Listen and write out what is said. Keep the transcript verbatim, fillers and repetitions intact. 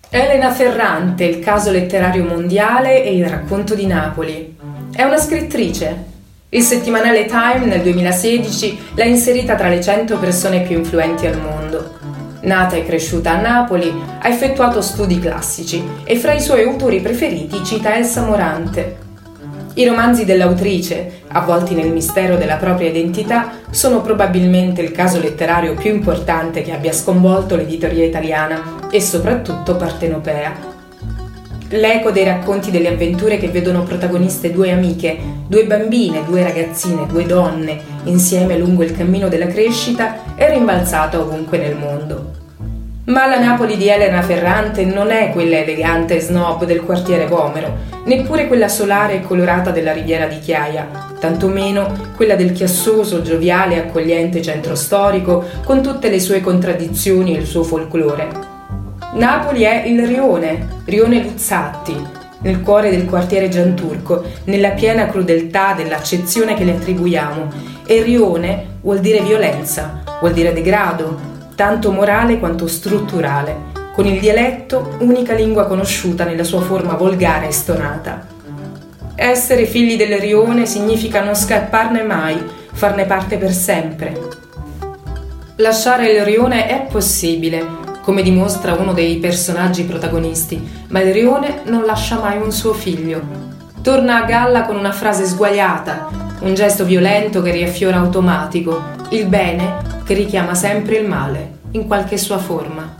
Elena Ferrante, il caso letterario mondiale e il racconto di Napoli. È una scrittrice. Il settimanale Time nel duemilasedici l'ha inserita tra le cento persone più influenti al mondo. Nata e cresciuta a Napoli, ha effettuato studi classici e fra i suoi autori preferiti cita Elsa Morante. I romanzi dell'autrice, avvolti nel mistero della propria identità, sono probabilmente il caso letterario più importante che abbia sconvolto l'editoria italiana e soprattutto partenopea. L'eco dei racconti delle avventure che vedono protagoniste due amiche, due bambine, due ragazzine, due donne, insieme lungo il cammino della crescita, è rimbalzata ovunque nel mondo. Ma la Napoli di Elena Ferrante non è quella elegante e snob del quartiere Vomero, neppure quella solare e colorata della Riviera di Chiaia, tantomeno quella del chiassoso, gioviale e accogliente centro storico, con tutte le sue contraddizioni e il suo folklore. Napoli è il Rione, Rione Luzzatti, nel cuore del quartiere Gianturco, nella piena crudeltà dell'accezione che le attribuiamo, e Rione vuol dire violenza, vuol dire degrado, tanto morale quanto strutturale, con il dialetto unica lingua conosciuta nella sua forma volgare e stonata. Essere figli del Rione significa non scapparne mai, farne parte per sempre. Lasciare il Rione è possibile, come dimostra uno dei personaggi protagonisti, ma il Rione non lascia mai un suo figlio. Torna a galla con una frase sguaiata, un gesto violento che riaffiora automatico, il bene che richiama sempre il male, in qualche sua forma.